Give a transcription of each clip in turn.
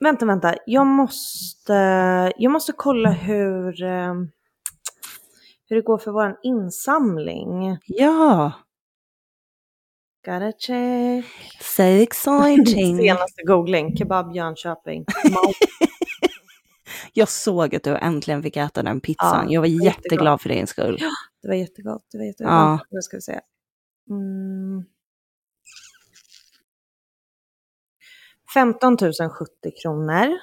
Vänta. Jag måste kolla hur det går för vår insamling. Ja. Gotta check. So exciting. Senaste googling. Kebab Jönköping. Jag såg att du äntligen fick äta den pizzan. Ja, jag var det var jätteglad för din skull. Ja, det var jättegott. Ja. Nu ska vi se. 15 070 kronor.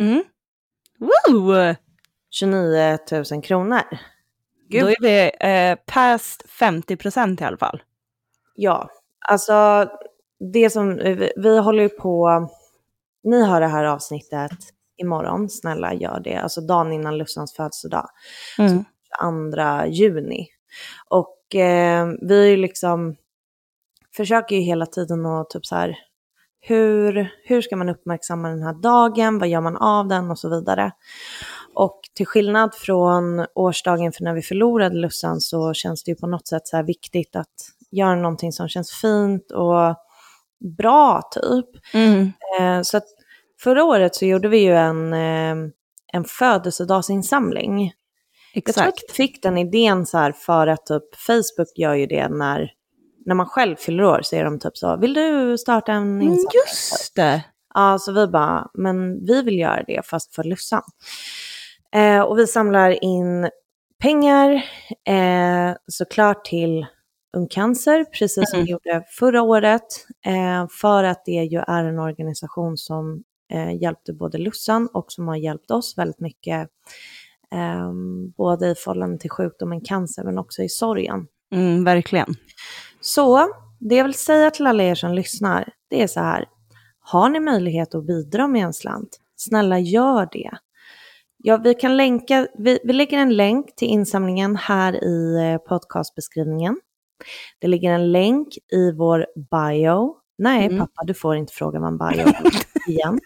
Woo! 29 000 kronor. Gud. Då är vi past 50% i alla fall. Ja, alltså det som vi håller ju på. Ni har det här avsnittet imorgon, snälla gör det. Alltså dagen innan Lussans födelsedag. Så 2 juni. Och vi liksom försöker ju hela tiden att typ så här, hur ska man uppmärksamma den här dagen? Vad gör man av den? Och så vidare. Och till skillnad från årsdagen för när vi förlorade Lussan så känns det ju på något sätt så här viktigt att göra någonting som känns fint och bra typ. Så att förra året så gjorde vi ju en födelsedagsinsamling. Exakt. Jag tror att jag fick den idén så här för att typ Facebook gör ju det när man själv fyller år så är de typ så, vill du starta en insamling? Just det. Ja, så vi bara, men vi vill göra det fast för Lussan. Och vi samlar in pengar såklart till Ung Cancer, precis som vi gjorde förra året. För att det ju är en organisation som hjälpte både Lussan och som har hjälpt oss väldigt mycket. Både i förhållande till sjukdomen cancer men också i sorgen. Verkligen. Så det jag vill säga till alla er som lyssnar, det är så här. Har ni möjlighet att bidra med en slant? Snälla gör det. Ja, vi kan länka, vi lägger en länk till insamlingen här i podcastbeskrivningen. Det ligger en länk i vår bio. Nej, pappa, du får inte fråga vad en bio är igen.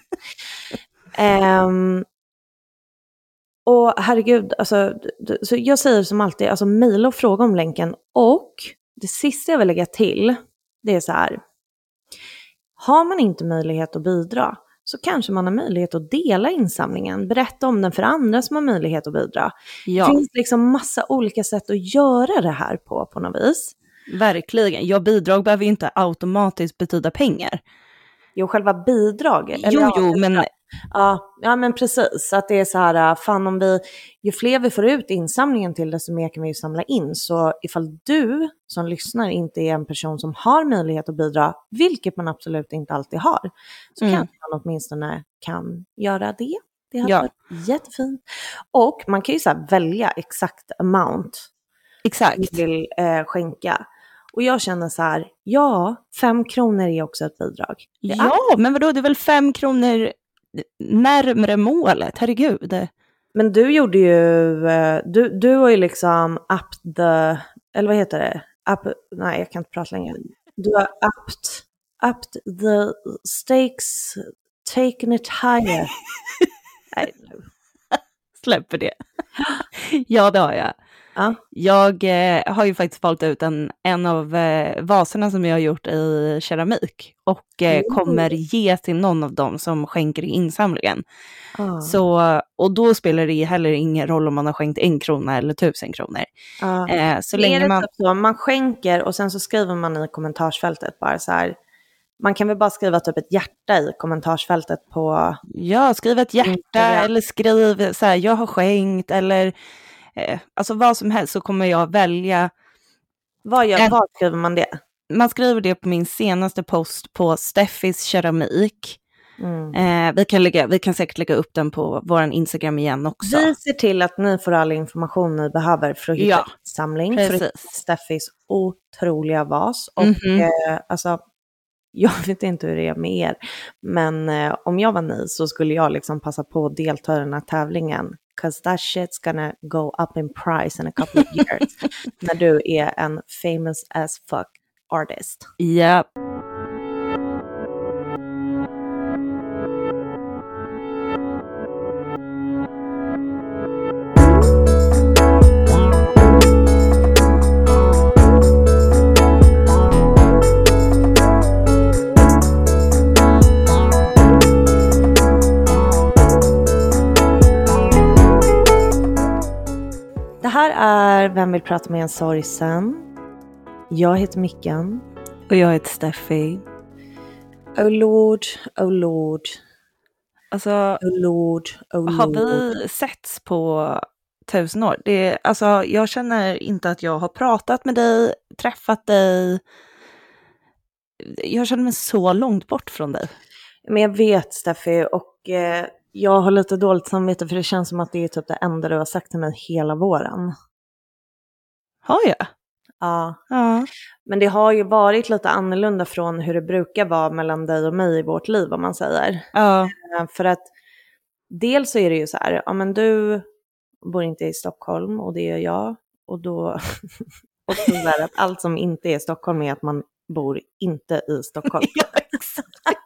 Och herregud, alltså, så jag säger som alltid, alltså mejla och fråga om länken. Och det sista jag vill lägga till, det är så här. Har man inte möjlighet att bidra så kanske man har möjlighet att dela insamlingen. Berätta om den för andra som har möjlighet att bidra. Ja. Det finns liksom massa olika sätt att göra det här på något vis. Verkligen. Ja, bidrag behöver ju inte automatiskt betyda pengar. Jo, själva bidraget. Jo, men... Ja, men precis. Så att det är så här, fan ju fler vi får ut insamlingen till desto mer kan vi ju samla in. Så ifall du som lyssnar inte är en person som har möjlighet att bidra, vilket man absolut inte alltid har, så kanske man åtminstone kan göra det. Det hade varit jättefint. Och man kan ju så här välja exakt amount. Exakt. Vi vill skänka. Och jag känner så här, 5 kronor är också ett bidrag. Men vadå, det är väl 5 kronor närmare målet, herregud. Men du gjorde ju, du var ju liksom up the, eller vad heter det? Nej, jag kan inte prata längre. Du har upped the stakes, taken it higher. Nej, nu. Släpper det. Ja, det har jag. Ja. Jag har ju faktiskt valt ut en av vaserna som jag har gjort i keramik och kommer ge till någon av dem som skänker i insamlingen. Så, och då spelar det heller ingen roll om man har skänkt 1 krona eller 1000 kronor. Så länge man skänker och sen så skriver man i kommentarsfältet bara så här. Man kan väl bara skriva typ ett hjärta i kommentarsfältet på... Ja, skriv ett hjärta eller skriv så här, jag har skänkt eller... Alltså vad som helst så kommer jag välja. Vad skriver man det? Man skriver det på min senaste post på Steffis keramik. Vi kan säkert lägga upp den på våran Instagram igen också. Vi ser till att ni får all information ni behöver för att hitta en samling. Precis. För Steffis otroliga vas. Och alltså, jag vet inte hur det är med er. Men om jag var ni så skulle jag liksom passa på att delta i den här tävlingen. 'Cause that shit's gonna go up in price in a couple of years. När du är en famous as fuck artist. Yep. är Vem vill prata med en sorgsen? Jag heter Mickan. Och jag heter Steffi. Oh Lord, oh Lord. Alltså, oh Lord, oh har Lord. vi setts på 1000 år? Jag känner inte att jag har pratat med dig, träffat dig. Jag känner mig så långt bort från dig. Men jag vet, Steffi, och jag har lite dåligt samvete för det känns som att det är typ det enda du har sagt till mig hela våren. Har jag? Ja. Ja. Men det har ju varit lite annorlunda från hur det brukar vara mellan dig och mig i vårt liv, om man säger. Ja. För att dels så är det ju så här, ja men du bor inte i Stockholm och det gör jag. Och då och så där att allt som inte är Stockholm är att man bor inte i Stockholm. Ja, exakt.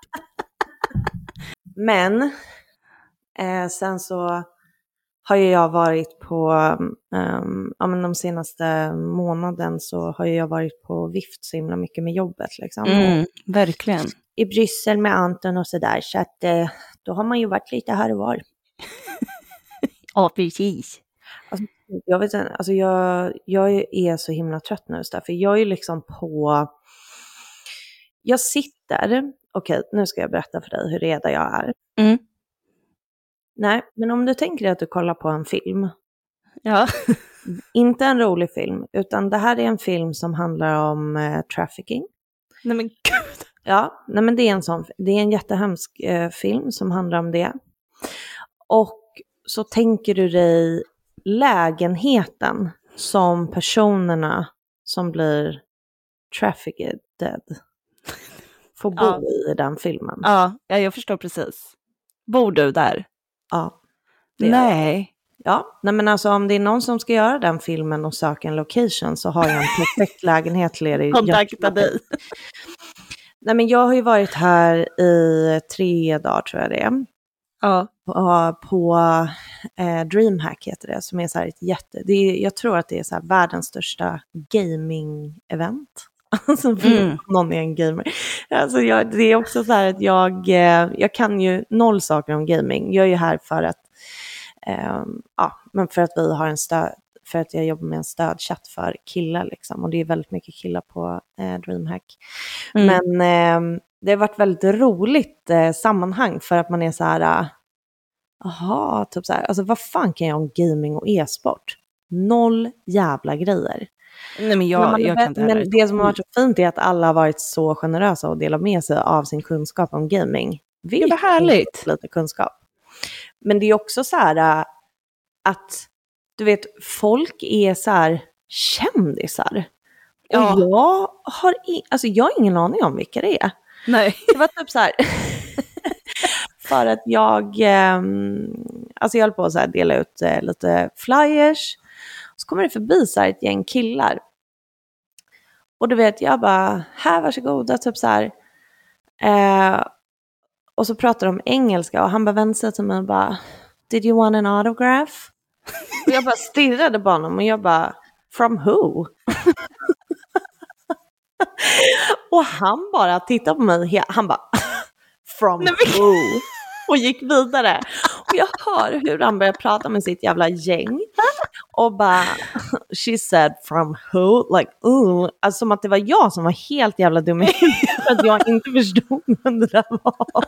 Men sen så har ju jag varit på, ja men de senaste månaden så har jag varit på vift så himla mycket med jobbet liksom. Verkligen. I Bryssel med Anton och sådär, så att då har man ju varit lite här och var. Ja, precis. Alltså, jag vet inte, alltså jag är så himla trött nu, för jag är liksom på, jag sitter, okej, nu ska jag berätta för dig hur reda jag är. Nej, men om du tänker dig att du kollar på en film. Ja. Inte en rolig film, utan det här är en film som handlar om trafficking. Nej men gud. Ja, nej men det är en jättehemsk film som handlar om det. Och så tänker du dig lägenheten som personerna som blir trafficked får bo i den filmen. Ja, jag förstår precis. Bor du där? Ja. Nej. Ja, nej men alltså om det är någon som ska göra den filmen och söka en location så har jag en perfekt lägenhet till er. Kontakta dig. Nej men jag har ju varit här i 3 dagar tror jag det är. Ja. På DreamHack heter det, som är så här jag tror att det är så här världens största gaming-event. Alltså någon är en gamer. Alltså det är också så här att jag kan ju 0 saker om gaming. Jag är ju här för att men för att vi har för att jag jobbar med en stödchatt för killar liksom, och det är väldigt mycket killar på DreamHack. Men det har varit väldigt roligt sammanhang för att man är så här, typ så här, alltså vad fan kan jag om gaming och e-sport? 0 jävla grejer. Nej men jag kan inte heller. Men det som har varit så fint är att alla har varit så generösa och delat med sig av sin kunskap om gaming. Det var härligt. Lite kunskap. Men det är också så här att du vet, folk är så här kändisar. Ja. Och jag har ingen aning om vilka det är. Nej. Det var typ så här för att jag höll på att så här dela ut lite flyers. Så kommer det förbi så här ett gäng killar. Och du vet, jag bara, här varsågoda, typ så här. Och så pratar de engelska och han bara vänder sig till mig och bara, did you want an autograph? Och jag bara stirrade på honom och jag bara, from who? Och han bara tittade på mig, han bara, from who? Och gick vidare. Och jag hör hur han börjar prata med sitt jävla gäng. Och bara, she said from who? Like, alltså som att det var jag som var helt jävla dum i huvudet. För att jag inte förstod vad det där var.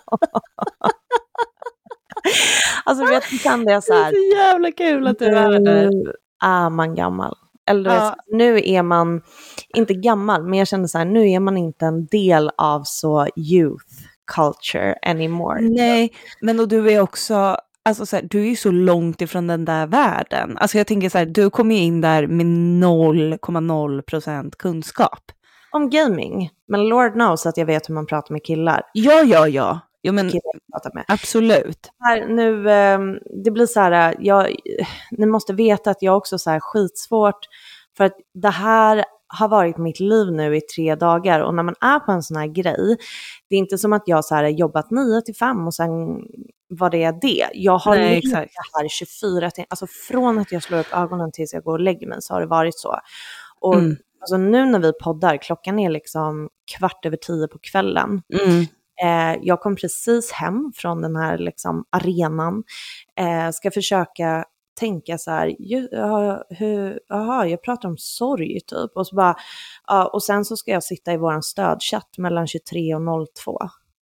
Alltså vet du, kände jag så här. Det är så jävla kul att du är där. Är man gammal? Eller vet, nu är man inte gammal, men jag kände så här, nu är man inte en del av så youth culture anymore. Nej, men och du är också, alltså så här, du är ju så långt ifrån den där världen. Alltså jag tänker så här, du kommer ju in där med 0,0% kunskap. Om gaming, men Lord knows att jag vet hur man pratar med killar. Ja. Jo, men med. Absolut. Här, nu, det blir så här, ni måste veta att jag också så här skitsvårt, för att det här har varit mitt liv nu i 3 dagar, och när man är på en sån här grej, det är inte som att jag så här jobbat 9 till 5 och sen var det. Jag har levt här 24 till, alltså från att jag slår upp ögonen tills jag går och lägger mig, så har det varit så. Och alltså nu när vi poddar, klockan är liksom 10:15 på kvällen. Jag kom precis hem från den här liksom arenan. Ska försöka tänka så här, jag pratar om sorg typ. Och så bara, och sen så ska jag sitta i våran stödchatt mellan 23 och 02.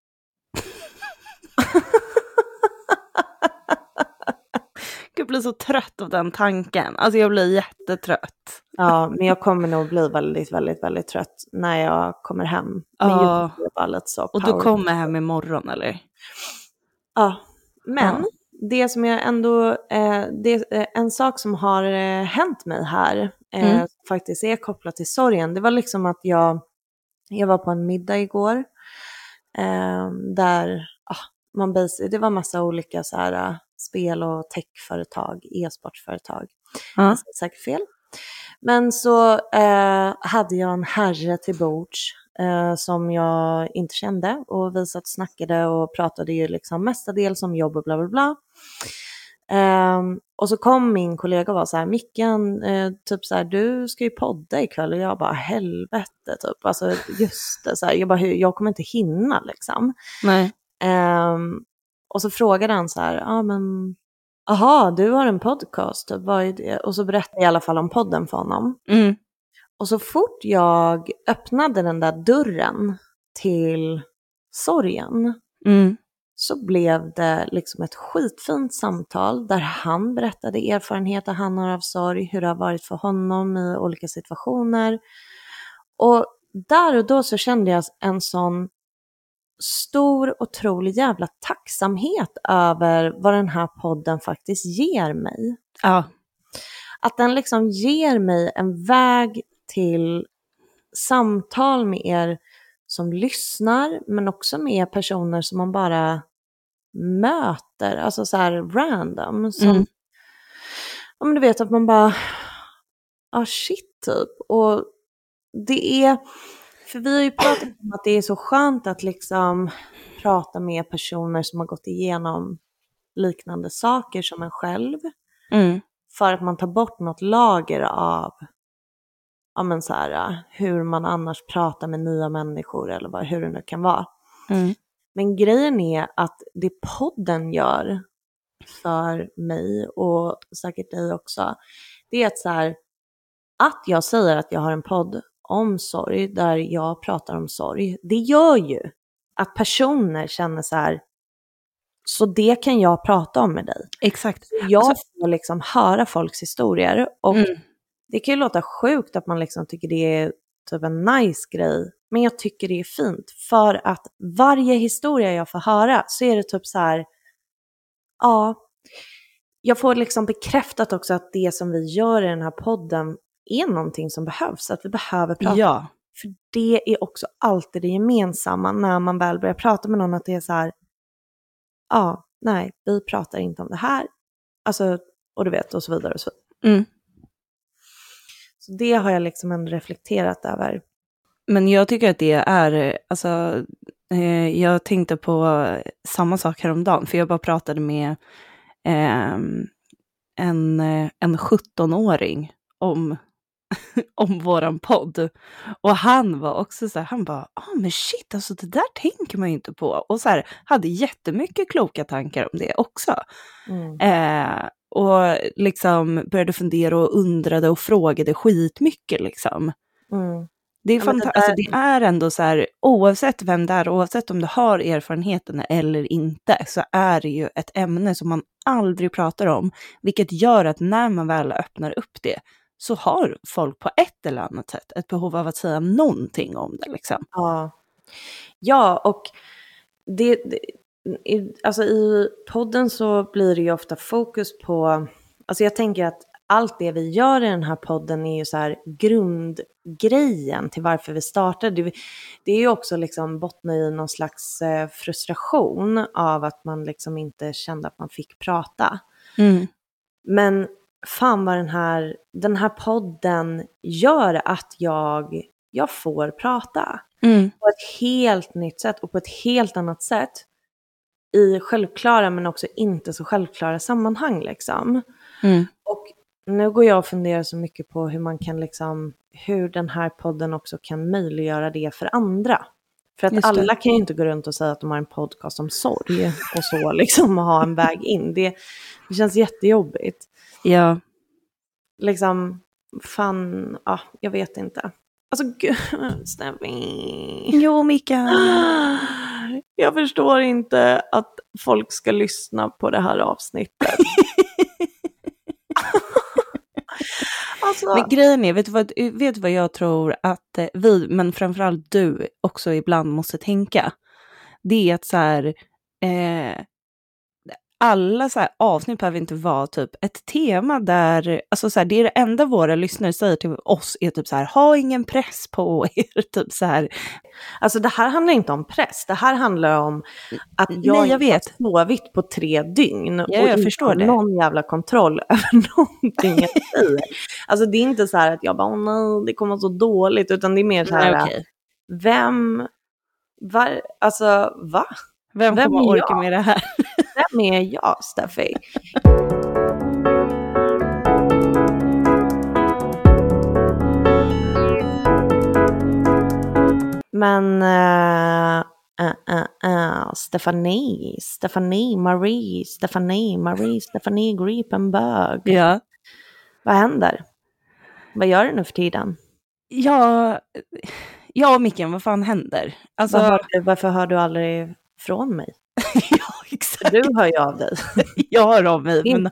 Jag blir så trött av den tanken. Alltså jag blir jättetrött. Ja, men jag kommer nog bli väldigt, väldigt, väldigt trött när jag kommer hem. Men och du kommer hem imorgon eller? Ja, men det som jag ändå, en sak som har hänt mig här, faktiskt är kopplat till sorgen. Det var liksom att jag var på en middag igår, där det var massa olika så här, spel- och techföretag, e-sportföretag. Jag säger säkert fel. Men så hade jag en herre till bords som jag inte kände, och vi satt och snackade och pratade ju liksom mestadels om jobb och bla bla bla. Och så kom min kollega och var så här, Mickan, typ så här, du ska ju podda ikväll. Och jag bara, helvete typ, alltså just det, så här, jag kommer inte hinna liksom. Nej. Och så frågade han så här, men aha, du har en podcast, vad är det? Och så berättade jag i alla fall om podden för honom. Och så fort jag öppnade den där dörren till sorgen, så blev det liksom ett skitfint samtal där han berättade erfarenheter han har av sorg, hur det har varit för honom i olika situationer. Och där och då så kände jag en sån stor, otrolig jävla tacksamhet över vad den här podden faktiskt ger mig. Ja. Att den liksom ger mig en väg till samtal med er som lyssnar, men också med personer som man bara möter, alltså så här random, som ja, men du vet att man bara shit typ. Och det är, för vi har ju pratat om att det är så skönt att liksom prata med personer som har gått igenom liknande saker som en själv, för att man tar bort något lager av men så här, hur man annars pratar med nya människor eller hur det nu kan vara. Men grejen är att det podden gör för mig, och säkert dig också, det är att så här, att jag säger att jag har en podd om sorg där jag pratar om sorg, det gör ju att personer känner så här, så det kan jag prata om med dig. Exakt. Jag får liksom höra folks historier, och det kan ju låta sjukt att man liksom tycker det är typ en nice grej, men jag tycker det är fint, för att varje historia jag får höra så är det typ så här, jag får liksom bekräftat också att det som vi gör i den här podden är någonting som behövs, att vi behöver prata. Ja. För det är också alltid det gemensamma när man väl börjar prata med någon, att det är så här, nej, vi pratar inte om det här. Alltså, och du vet, och så vidare och så. Så det har jag liksom ändå reflekterat över. Men jag tycker att det är, alltså, jag tänkte på samma sak häromdagen, för jag bara pratade med en 17-åring om våran podd. Och han var också så här, han bara, men shit, alltså det där tänker man ju inte på. Och så här, hade jättemycket kloka tankar om det också. Och liksom började fundera och undrade och frågade skitmycket liksom. Det är alltså det är ändå så här, oavsett vem det är, oavsett om du har erfarenheten eller inte, så är det ju ett ämne som man aldrig pratar om, vilket gör att när man väl öppnar upp det, så har folk på ett eller annat sätt ett behov av att säga någonting om det liksom. Ja, och alltså i podden så blir det ju ofta fokus på, alltså jag tänker att allt det vi gör i den här podden är ju så här grundgrejen till varför vi startade. Det är ju också liksom bottna i någon slags frustration av att man liksom inte kände att man fick prata. Men fan vad den här podden gör att jag får prata. På ett helt nytt sätt och på ett helt annat sätt. I självklara men också inte så självklara sammanhang liksom. Och nu går jag och funderar så mycket på hur man kan liksom, hur den här podden också kan möjliggöra det för andra. För att alla kan ju inte gå runt och säga att de har en podcast om sorg och så liksom, och ha en väg in. Det känns jättejobbigt. Ja. Liksom, fan, ja, jag vet inte. Alltså gud, Steffi. Jo, Mika. Jag förstår inte att folk ska lyssna på det här avsnittet. Alltså... Men grejen är, vet du vad jag tror att vi, men framförallt du, också ibland måste tänka? Det är att så här, alla så här avsnitt behöver inte vara typ ett tema där, alltså så här, det är det enda våra lyssnare säger till oss är typ så här, ha ingen press på er, typ så här. Alltså det här handlar inte om press, det här handlar om att jag har sovit på 3 dygn och jag förstår inte har någon jävla kontroll över någonting jag säger. Alltså det är inte så här att jag bara, nej, det kommer så dåligt, utan det är mer så här, okay. Vem kommer orka med det här? Vem är jag, Steffi? Men Stephanie Marie Gripenberg. Ja. Vad händer? Vad gör du nu för tiden? Ja, Micken, vad fan händer? Alltså... Varför hör du aldrig från mig? Ja, exakt. Du hör ju av dig. Jag hör av mig. Men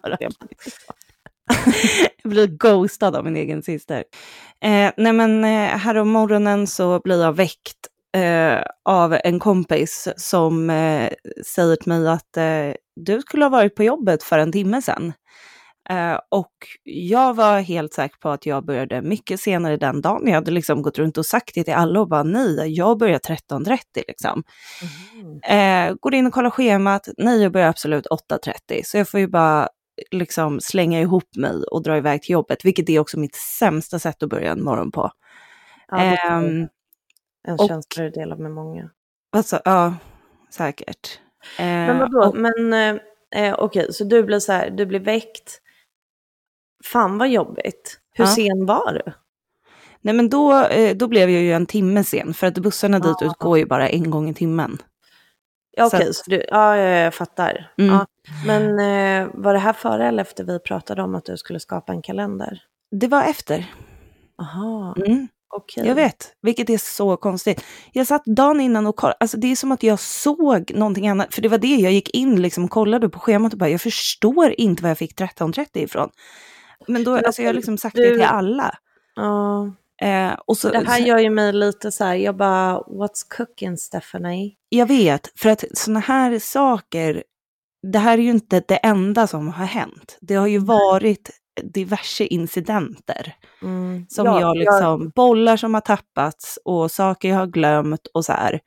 jag blir ghostad av min egen syster. Nej men här om morgonen så blir jag väckt av en kompis som säger till mig att du skulle ha varit på jobbet för en timme sedan. Och jag var helt säker på att jag började mycket senare den dagen. Jag hade liksom gått runt och sagt det till alla och bara nej, jag börjar 13.30 liksom. Går in och kollar schemat, nej jag börjar absolut 8.30. Så jag får ju bara liksom slänga ihop mig och dra iväg till jobbet, vilket är också mitt sämsta sätt att börja en morgon på. Ja, det är en känsla du delar med många. Alltså, ja, säkert. Men vadå? Okej, så du blir så här, du blir väckt. Fan vad jobbigt. Hur sen var du? Nej men då blev jag ju en timme sen, för att bussarna dit ut går ju bara en gång i timmen. Okej, så jag fattar. Ja. Men var det här före eller efter vi pratade om att du skulle skapa en kalender? Det var efter. Aha, okej. Jag vet, vilket är så konstigt. Jag satt dagen innan och kollade, alltså det är som att jag såg någonting annat. För det var det, jag gick in liksom, kollade på schemat och bara, jag förstår inte var jag fick 13.30 ifrån. Men då, alltså jag har liksom sagt det till alla. Ja. Och så, det här gör ju mig lite så här, jag bara, what's cooking, Stephanie? Jag vet, för att såna här saker, det här är ju inte det enda som har hänt. Det har ju varit diverse incidenter. Som bollar som har tappats och saker jag har glömt och så här.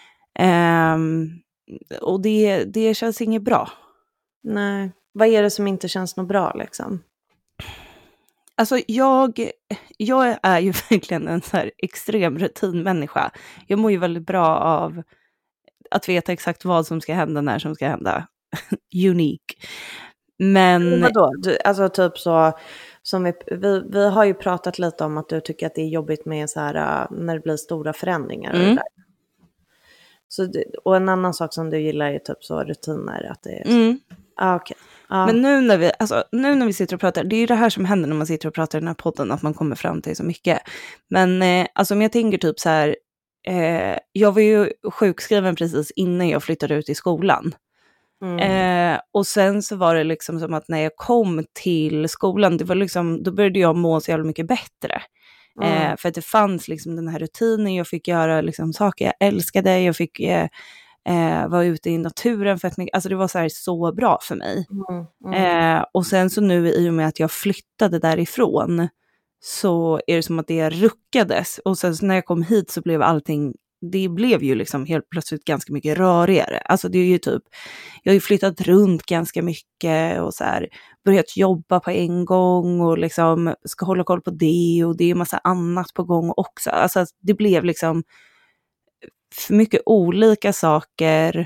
Och det känns inget bra. Nej, vad är det som inte känns något bra liksom? Alltså jag är ju verkligen en så här extrem rutinmänniska. Jag mår ju väldigt bra av att veta exakt vad som ska hända när som ska hända. Unique. Men vadå? Alltså typ så som vi har ju pratat lite om att du tycker att det är jobbigt med så här när det blir stora förändringar och det där. Så och en annan sak som du gillar är typ så rutiner, att det är okej. Men nu när vi sitter och pratar, det är ju det här som händer när man sitter och pratar i den här podden, att man kommer fram till så mycket. Men alltså om jag tänker typ så här, jag var ju sjukskriven precis innan jag flyttade ut i skolan. Och sen så var det liksom som att när jag kom till skolan, det var liksom, då började jag må så jävla mycket bättre. För att det fanns liksom den här rutinen, jag fick göra liksom saker jag älskade, jag fick vara ute i naturen, för att alltså det var så bra för mig. Och sen så nu i och med att jag flyttade därifrån, så är det som att det ruckades. Och sen så när jag kom hit så blev allting, det blev ju liksom helt plötsligt ganska mycket rörigare. Alltså det är ju typ, jag har ju flyttat runt ganska mycket och så här, börjat jobba på en gång och liksom ska hålla koll på det, och det är massa annat på gång också. Alltså det blev liksom för mycket olika saker,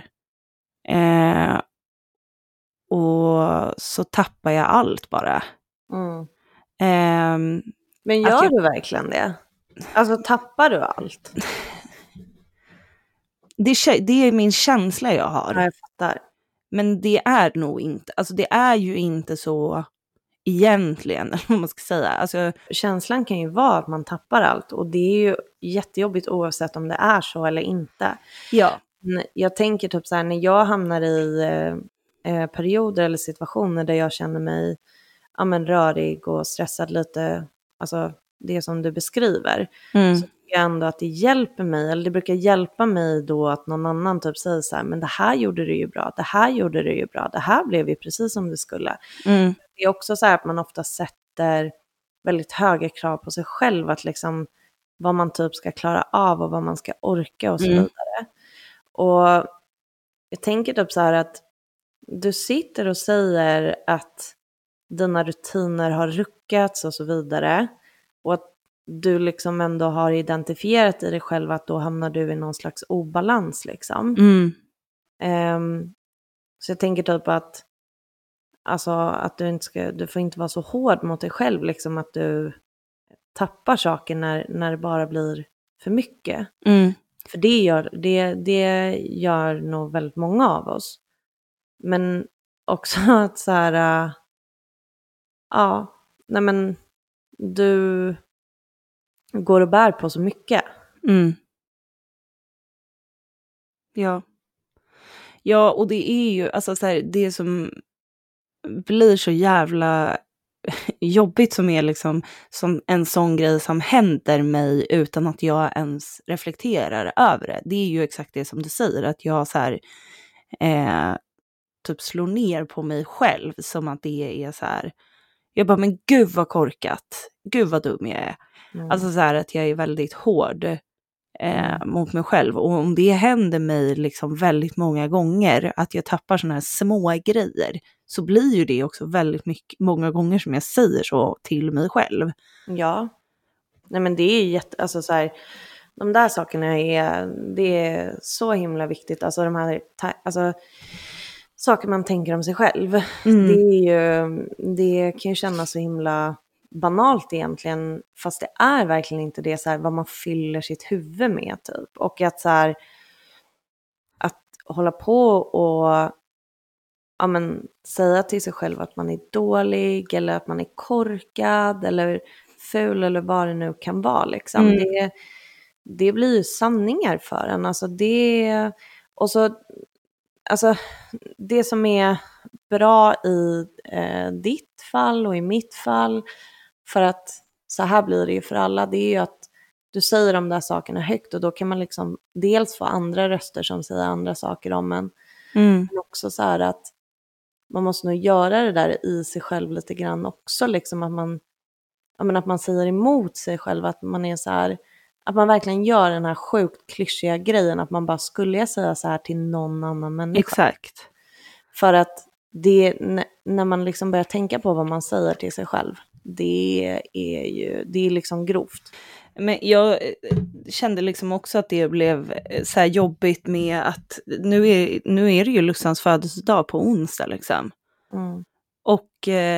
och så tappar jag allt bara. Men gör du verkligen det? Alltså tappar du allt? Det är min känsla jag har. Ja, jag fattar. Men det är nog inte, alltså det är ju inte så egentligen, eller vad man ska säga. Alltså, känslan kan ju vara att man tappar allt, och det är ju jättejobbigt oavsett om det är så eller inte. ja. Jag tänker typ så här, när jag hamnar i perioder eller situationer där jag känner mig rörig och stressad lite, alltså det som du beskriver, så tycker jag ändå att det hjälper mig, eller det brukar hjälpa mig då att någon annan typ säger så här, men det här gjorde du ju bra, det här gjorde du ju bra, det här blev ju precis som det skulle. Det är också så här att man ofta sätter väldigt höga krav på sig själv, att liksom vad man typ ska klara av och vad man ska orka och så vidare. Och jag tänker typ så här att du sitter och säger att dina rutiner har ruckats och så vidare, och att du liksom ändå har identifierat i dig själv att då hamnar du i någon slags obalans liksom. Så jag tänker typ att alltså att du får inte vara så hård mot dig själv liksom, att du tappar saker när det bara blir för mycket. För det gör nog väldigt många av oss. Men också att så här, du går och bär på så mycket. Ja, och det är ju alltså så här, det som blir så jävla jobbigt, som är liksom som en sån grej som händer mig utan att jag ens reflekterar över det. Det är ju exakt det som du säger, att jag så här typ slår ner på mig själv, som att det är så här, jag bara, men gud vad korkat, gud vad dum jag är. Alltså så här att jag är väldigt hård mot mig själv, och om det händer mig liksom väldigt många gånger att jag tappar såna här små grejer, så blir ju det också väldigt många gånger som jag säger så till mig själv. Ja, nej men det är alltså så här, de där sakerna det är så himla viktigt, alltså de här saker man tänker om sig själv. Det kan ju kännas så himla banalt egentligen, fast det är verkligen inte det, så här, vad man fyller sitt huvud med typ. Och att så här, att hålla på och säga till sig själv att man är dålig, eller att man är korkad eller ful, eller vad det nu kan vara liksom. Det blir ju sanningar för en, alltså det. Och så alltså det som är bra i ditt fall och i mitt fall, för att så här blir det ju för alla, det är ju att du säger de där sakerna högt, och då kan man liksom dels få andra röster som säger andra saker om en, men också så här att man måste nog göra det där i sig själv lite grann också, liksom att man säger emot sig själv, att man är så här, att man verkligen gör den här sjukt klyschiga grejen, att man bara, skulle jag säga så här till någon annan människa? Exakt. För att när man liksom börjar tänka på vad man säger till sig själv, det är liksom grovt. Men jag kände liksom också att det blev så här jobbigt med att nu är det ju Lussans födelsedag på onsdag liksom. Och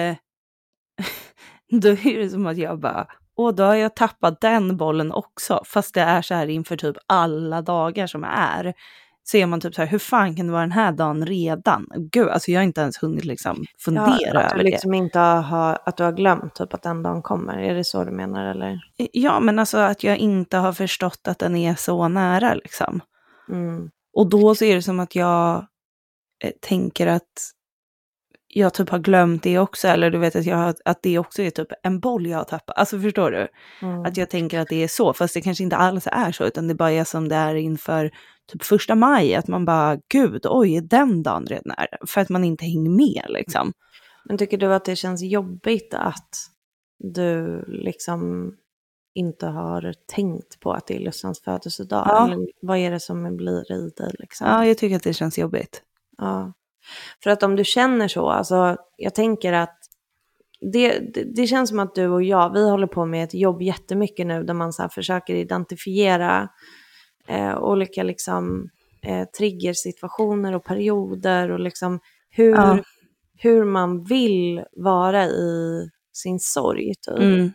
då är det som att jag bara, då har jag tappat den bollen också. Fast det är så här inför typ alla dagar som är. Så är man typ så här, hur fan kan det vara den här dagen redan? Gud, alltså jag har inte ens hunnit liksom fundera över det. Liksom inte att du har glömt typ att den dagen kommer. Är det så du menar, eller? Ja, men alltså att jag inte har förstått att den är så nära liksom. Och då så är det som att jag tänker att jag typ har glömt det också, eller du vet att det också är typ en boll jag har tappat. Alltså förstår du? Att jag tänker att det är så, fast det kanske inte alls är så, utan det bara är som det är inför typ 1 maj, att man bara, gud, oj, är den dagen redan är? För att man inte hänger med liksom. Men tycker du att det känns jobbigt att du liksom inte har tänkt på att det är Lussans födelsedag? Ja. Eller vad är det som blir i dig liksom? Ja, jag tycker att det känns jobbigt. Ja. För att om du känner så, alltså jag tänker att det känns som att du och jag, vi håller på med ett jobb jättemycket nu, där man så här försöker identifiera olika liksom triggersituationer och perioder, och liksom hur man vill vara i sin sorg typ.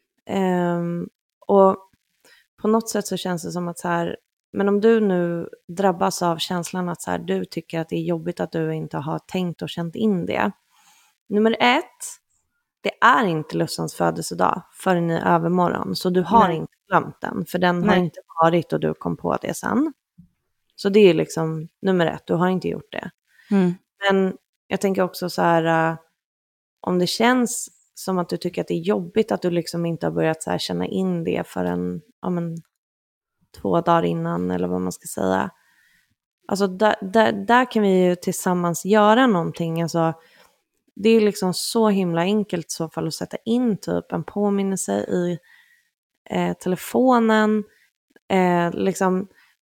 Och på något sätt så känns det som att så här, men om du nu drabbas av känslan att så här, du tycker att det är jobbigt att du inte har tänkt och känt in det. Nummer 1, det är inte Lussans födelsedag förrän i övermorgon. Så du har inte glömt den. För den har inte varit och du kom på det sen. Så det är liksom nummer 1. Du har inte gjort det. Men jag tänker också så här. Om det känns som att du tycker att det är jobbigt. Att du liksom inte har börjat så här känna in det förrän 2 dagar innan. Eller vad man ska säga. Alltså där kan vi ju tillsammans göra någonting. Alltså, det är liksom så himla enkelt i så fall att sätta in typ en påminnelse i telefonen. Liksom,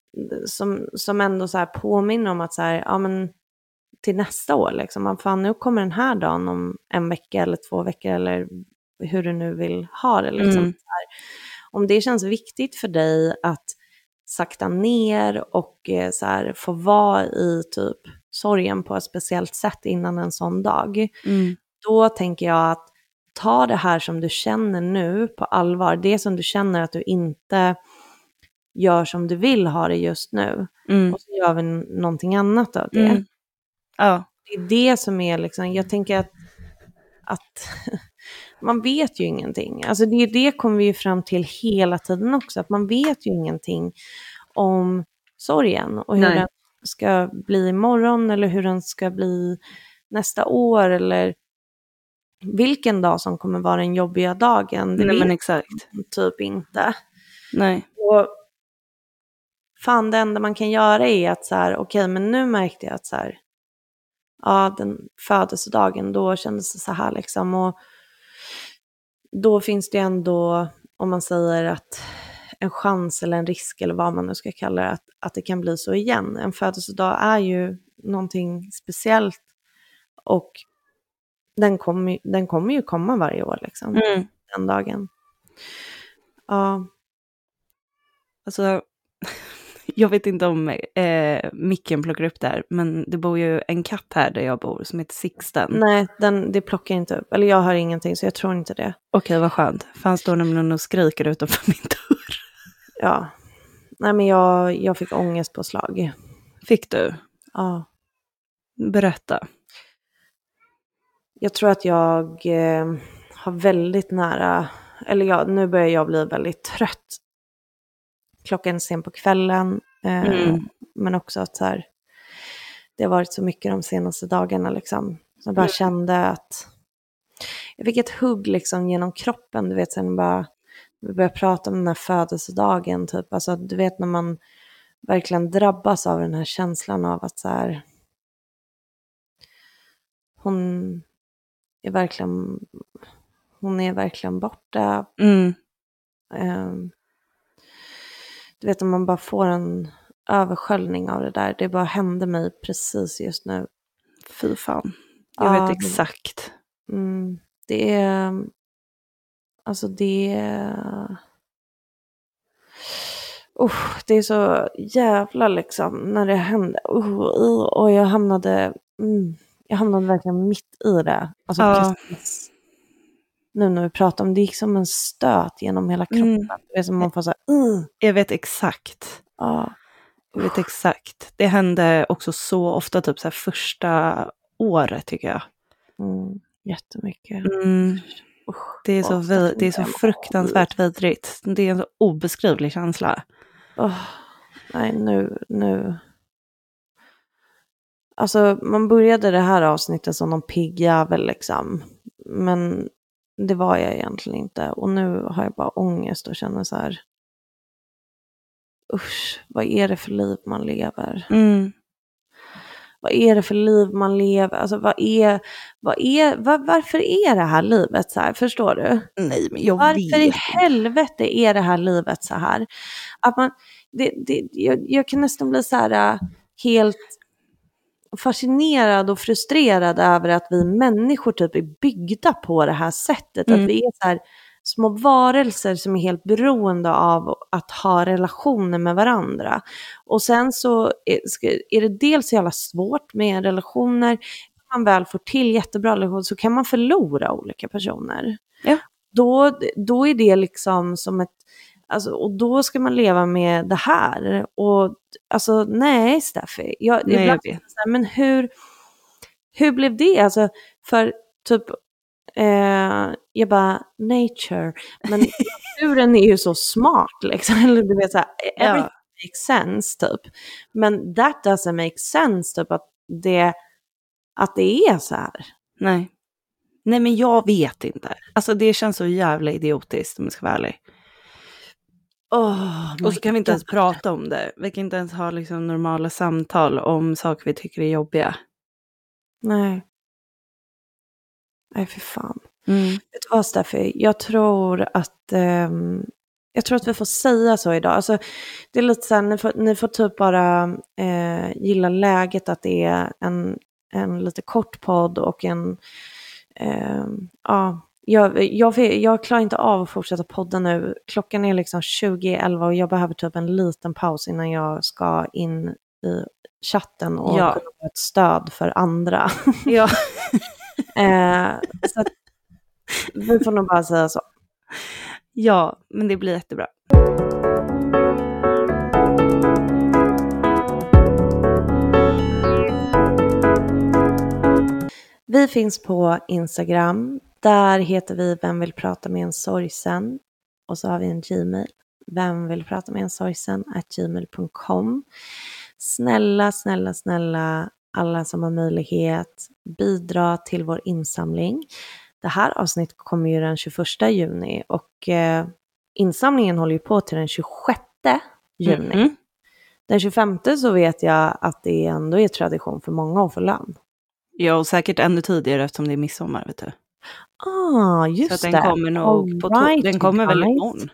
som ändå så här påminner om att så här, ja men till nästa år liksom. Fan, nu kommer den här dagen om 1 vecka eller 2 veckor eller hur du nu vill ha det. Liksom. Så här, om det känns viktigt för dig att sakta ner och så här, få vara i typ sorgen på ett speciellt sätt innan en sån dag. Då tänker jag att ta det här som du känner nu på allvar. Det som du känner att du inte gör som du vill ha det just nu. Och så gör vi någonting annat av det. Ja. Det är det som är liksom, jag tänker att man vet ju ingenting. Alltså det kommer vi ju fram till hela tiden också. Att man vet ju ingenting om sorgen. Och hur den ska bli imorgon. Eller hur den ska bli nästa år. Eller vilken dag som kommer vara den jobbiga dagen. Det vet men exakt. Typ inte. Nej. Och fan, det enda man kan göra är att så här, okej, men nu märkte jag att så här, ja, den födelsedagen, då kändes det så här liksom. Och då finns det ändå, om man säger att en chans eller en risk eller vad man nu ska kalla det, att det kan bli så igen. En födelsedag är ju någonting speciellt och den kommer ju komma varje år liksom. Den dagen. Ja. Alltså, jag vet inte om micken plockar upp där, men det bor ju en katt här där jag bor som heter Sixten. Nej, det plockar inte upp. Eller jag hör ingenting, så jag tror inte det. Okej, vad skönt. För han står nämligen och skriker utanför min dörr. Ja. Nej, men jag fick ångest på slag. Fick du? Ja. Berätta. Jag tror att jag har väldigt nära, eller nu börjar jag bli väldigt trött. Klockan är sen på kvällen. Men också att så här, det har varit så mycket de senaste dagarna liksom. Så jag bara kände att jag fick ett hugg liksom genom kroppen. Du vet, sen bara vi började prata om den här födelsedagen typ. Alltså du vet när man verkligen drabbas av den här känslan av att så här, hon är verkligen borta. Du vet, om man bara får en översköljning av det där. Det bara hände mig precis just nu. Fy fan. Jag vet exakt. Det är... Alltså det är... det är så jävla liksom när det hände. Och jag hamnade verkligen mitt i det. Alltså precis. Nu när vi pratar om det, gick som en stöt genom hela kroppen. Det är som man får så här, Jag vet exakt. Ja. Jag vet exakt. Det hände också så ofta typ så här första året tycker jag. Jättemycket. Det är så fruktansvärt vidrigt. Det är en så obeskrivlig känsla. Nej, nu. Alltså man började det här avsnittet som någon pigg jävel liksom. Men det var jag egentligen inte. Och nu har jag bara ångest och känner så här. Usch, vad är det för liv man lever? Vad är det för liv man lever? Alltså varför är det här livet så här? Förstår du? Nej, men varför i helvete är det här livet så här? Att man, jag kan nästan bli så här helt fascinerad och frustrerad över att vi människor typ är byggda på det här sättet. Att vi är så här små varelser som är helt beroende av att ha relationer med varandra. Och sen så är det dels så jävla svårt med relationer. När man väl får till jättebra relationer så kan man förlora olika personer. Ja. Då är det liksom som ett... Alltså, och då ska man leva med det här. Och alltså nej Steffi. Jag vet. Men hur blev det? Alltså för typ Jag bara, nature. Men naturen är ju så smart liksom. Eller du vet såhär, everything makes sense typ. Men that doesn't make sense typ att det är så här. Nej, men jag vet inte. Alltså det känns så jävla idiotiskt om jag ska vara ärlig. Och så kan vi inte ens prata om det. Vi kan inte ens ha liksom normala samtal om saker vi tycker är jobbiga. Nej, för fan. Vet du vad, Steffi? Jag tror att vi får säga så idag. Alltså, det är lite så här, ni får typ bara gilla läget att det är en lite kort podd och en jag klarar inte av att fortsätta podda nu. Klockan är liksom 20:11 och jag behöver typ en liten paus innan jag ska in i chatten och kunna vara ett stöd för andra. Ja. Så att, vi får nog bara säga så. Ja, men det blir jättebra. Vi finns på Instagram. Där heter vi Vem vill prata med en sorgsen. Och så har vi en Gmail. Vem vill prata med en sorgsen @gmail.com. Snälla alla som har möjlighet, bidra till vår insamling. Det här avsnittet kommer ju den 21 juni och insamlingen håller ju på till den 26 juni. Den 25 så vet jag att det ändå är tradition för många att få lön. Ja, och säkert ännu tidigare eftersom det är midsommar, vet du. Just det. Så att den kommer nog den kommer väl imorgon.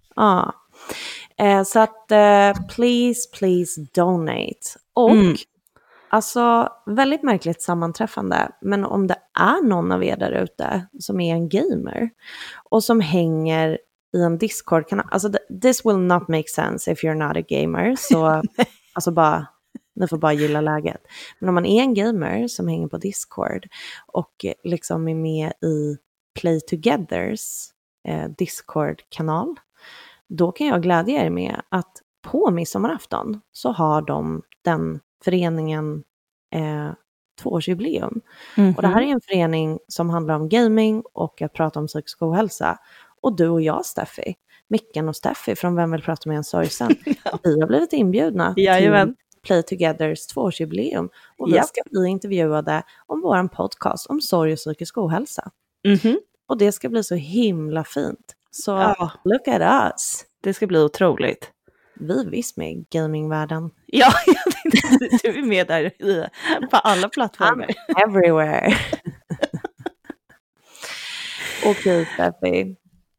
Så att please donate. Och alltså väldigt märkligt sammanträffande, men om det är någon av er där ute som är en gamer och som hänger i en Discord-kanal, alltså this will not make sense if you're not a gamer, så alltså bara, ni får bara gilla läget. Men om man är en gamer som hänger på Discord och liksom är med i Play Togethers Discord-kanal, då kan jag glädja er med att på midsommarafton så har den föreningen 2-årsjubileum. Och det här är en förening som handlar om gaming och att prata om psykisk ohälsa. Och du och jag, Steffi, Mickan och Steffi från Vem vill prata med en sorgsen, vi har blivit inbjudna till Play Togethers 2-årsjubileum. Och vi ska bli intervjuade om våran podcast om sorg och psykisk ohälsa. Och det ska bli så himla fint. Så look at us. Det ska bli otroligt. Vi är visst med i gamingvärlden. Ja, jag tänkte du är med där på alla plattformar. I'm everywhere. Okej, Steffi.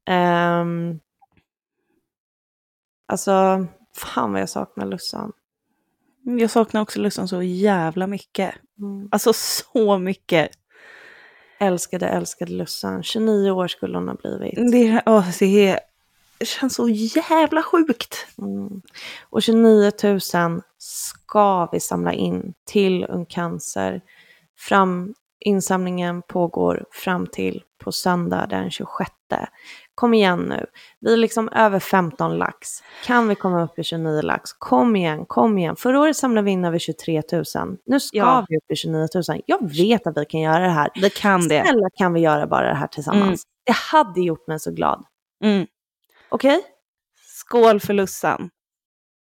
Alltså, fan vad jag saknar Lussan. Jag saknar också Lussan så jävla mycket. Alltså så mycket. Älskade Lussan. 29 år skulle hon ha blivit. Det känns så jävla sjukt. Och 29 000 ska vi samla in till Ung Cancer. Insamlingen pågår fram till på söndag den 26. Kom igen nu. Vi är liksom över 15 lax. Kan vi komma upp i 29 lax? Kom igen. Förra året samlade vi in över 23 000. Nu ska vi upp i 29 000. Jag vet att vi kan göra det här. Det kan det. Snälla kan vi göra bara det här tillsammans. Det hade gjort mig så glad. Okej? Skål för Lussan.